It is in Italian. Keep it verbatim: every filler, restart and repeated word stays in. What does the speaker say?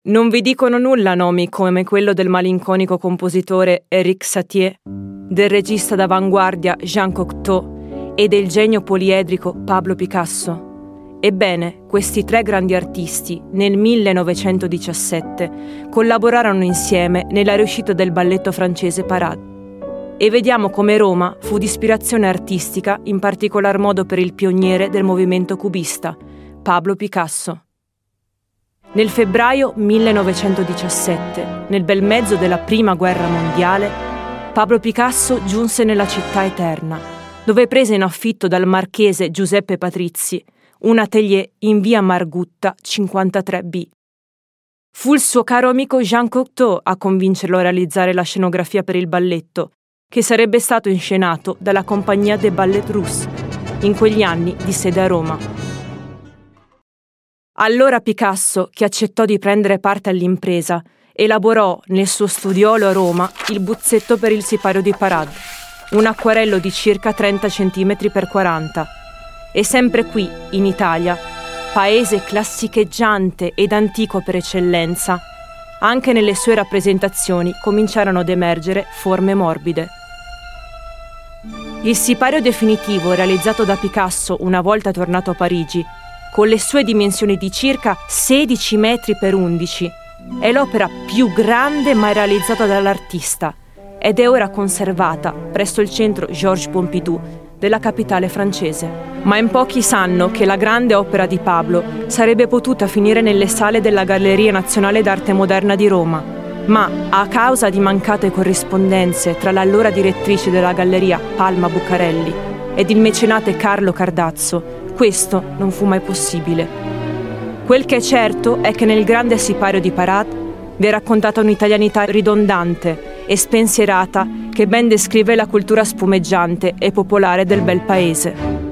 Non vi dicono nulla nomi come quello del malinconico compositore Éric Satie, del regista d'avanguardia Jean Cocteau e del genio poliedrico Pablo Picasso. Ebbene, questi tre grandi artisti, nel millenovecentodiciassette, collaborarono insieme nella riuscita del balletto francese Parade. E vediamo come Roma fu di ispirazione artistica, in particolar modo per il pioniere del movimento cubista, Pablo Picasso. Nel febbraio millenovecentodiciassette, nel bel mezzo della Prima Guerra Mondiale, Pablo Picasso giunse nella città eterna, dove prese in affitto dal marchese Giuseppe Patrizzi un atelier in via Margutta cinquantatré B. Fu il suo caro amico Jean Cocteau a convincerlo a realizzare la scenografia per il balletto, che sarebbe stato inscenato dalla compagnia des Ballets Russes, in quegli anni di sede a Roma. Allora Picasso, che accettò di prendere parte all'impresa, elaborò nel suo studiolo a Roma il bozzetto per il sipario di Parade, un acquarello di circa trenta centimetri per quaranta. E sempre qui, in Italia, paese classicheggiante ed antico per eccellenza, anche nelle sue rappresentazioni cominciarono ad emergere forme morbide. Il sipario definitivo realizzato da Picasso una volta tornato a Parigi, con le sue dimensioni di circa sedici metri per undici, è l'opera più grande mai realizzata dall'artista ed è ora conservata presso il centro Georges Pompidou della capitale francese. Ma in pochi sanno che la grande opera di Pablo sarebbe potuta finire nelle sale della Galleria Nazionale d'Arte Moderna di Roma, ma a causa di mancate corrispondenze tra l'allora direttrice della galleria Palma Bucarelli ed il mecenate Carlo Cardazzo, questo non fu mai possibile. Quel che è certo è che nel grande sipario di Parade vi è raccontata un'italianità ridondante e spensierata che ben descrive la cultura spumeggiante e popolare del bel paese.